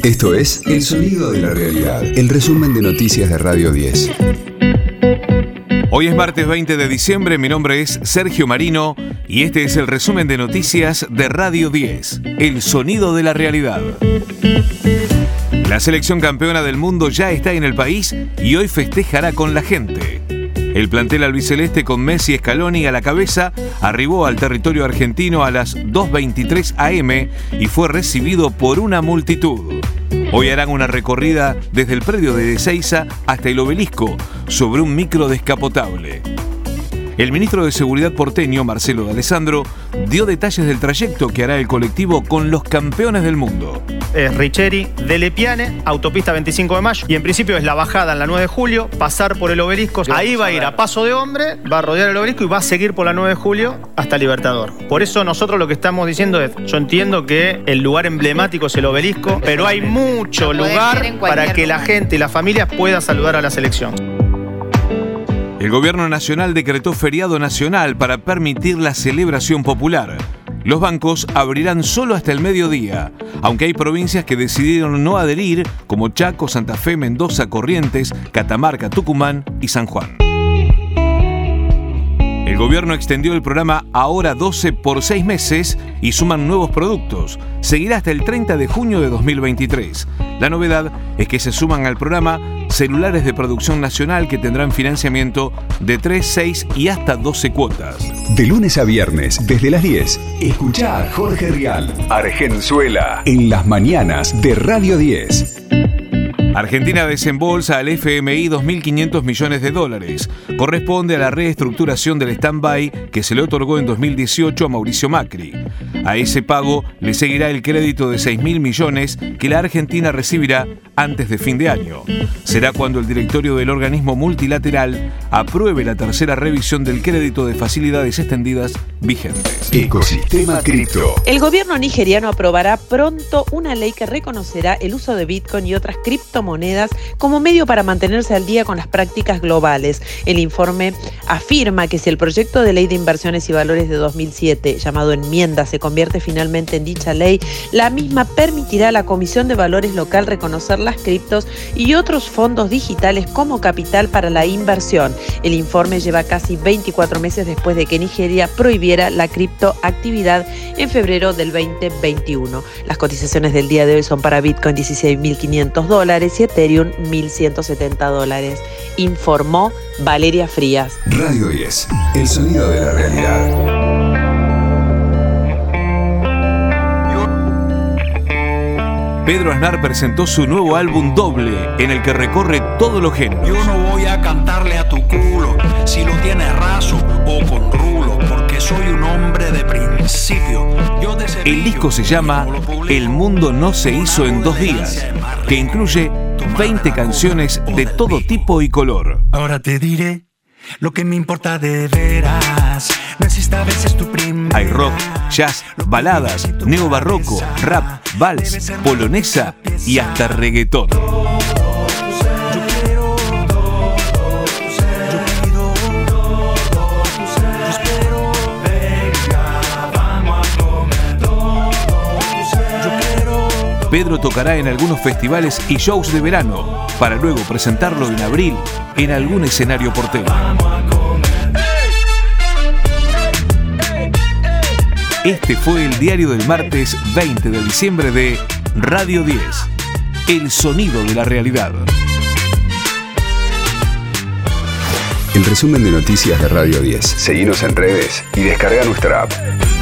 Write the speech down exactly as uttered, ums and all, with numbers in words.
Esto es El Sonido de la Realidad, el resumen de noticias de Radio diez. Hoy es martes veinte de diciembre, mi nombre es Sergio Marino y este es el resumen de noticias de Radio diez, El Sonido de la Realidad. La selección campeona del mundo ya está en el país y hoy festejará con la gente. El plantel albiceleste con Messi y Scaloni a la cabeza arribó al territorio argentino a las dos veintitrés a eme y fue recibido por una multitud. Hoy harán una recorrida desde el predio de Ezeiza hasta el obelisco sobre un micro descapotable. El ministro de Seguridad porteño, Marcelo D'Alessandro, dio detalles del trayecto que hará el colectivo con los campeones del mundo. Es Richeri, de Lepiane, autopista veinticinco de mayo, y en principio es la bajada en la nueve de julio, pasar por el obelisco, ahí va a ir a paso de hombre, va a rodear el obelisco y va a seguir por la nueve de julio hasta Libertador. Por eso nosotros lo que estamos diciendo es, yo entiendo que el lugar emblemático es el obelisco, pero hay mucho lugar para que la gente y las familias puedan saludar a la selección. El gobierno nacional decretó feriado nacional para permitir la celebración popular. Los bancos abrirán solo hasta el mediodía, aunque hay provincias que decidieron no adherir, como Chaco, Santa Fe, Mendoza, Corrientes, Catamarca, Tucumán y San Juan. El gobierno extendió el programa Ahora doce por seis meses y suman nuevos productos. Seguirá hasta el treinta de junio de dos mil veintitrés. La novedad es que se suman al programa celulares de producción nacional que tendrán financiamiento de tres, seis y hasta doce cuotas. De lunes a viernes, desde las diez, escuchá a Jorge Rial, Argenzuela, en las mañanas de Radio diez. Argentina desembolsa al efe eme i dos mil quinientos millones de dólares. Corresponde a la reestructuración del stand-by que se le otorgó en dos mil dieciocho a Mauricio Macri. A ese pago le seguirá el crédito de seis mil millones que la Argentina recibirá antes de fin de año. Será cuando el directorio del organismo multilateral apruebe la tercera revisión del crédito de facilidades extendidas vigentes. Ecosistema Cripto. El gobierno nigeriano aprobará pronto una ley que reconocerá el uso de Bitcoin y otras criptomonedas como medio para mantenerse al día con las prácticas globales. El informe afirma que si el proyecto de ley de inversiones y valores de dos mil siete, llamado enmienda, se convierte finalmente en dicha ley, la misma permitirá a la Comisión de Valores local reconocer las criptos y otros fondos digitales como capital para la inversión. El informe lleva casi veinticuatro meses después de que Nigeria prohibiera la criptoactividad en febrero del veinte veintiuno. Las cotizaciones del día de hoy son para Bitcoin dieciséis mil quinientos dólares y Ethereum mil ciento setenta dólares. Informó Valeria Frías. Radio diez, el sonido de la realidad. Pedro Aznar presentó su nuevo álbum Doble, en el que recorre todos los géneros. Yo no voy a cantarle a tu culo si lo tienes raso o con rulo, porque soy un hombre de principio. Yo de Sevilla, el disco se llama El mundo no se hizo en dos días, que incluye veinte canciones de todo tipo y color. Ahora te diré lo que me importa de veras. No existe a veces tu primera. Hay rock, jazz, baladas, neobarroco, rap, vals, polonesa y hasta reggaetón. Pedro tocará en algunos festivales y shows de verano, para luego presentarlo en abril en algún escenario porteño. Este fue el diario del martes veinte de diciembre de Radio diez, El Sonido de la Realidad. El resumen de noticias de Radio diez. Seguinos en redes y descarga nuestra app.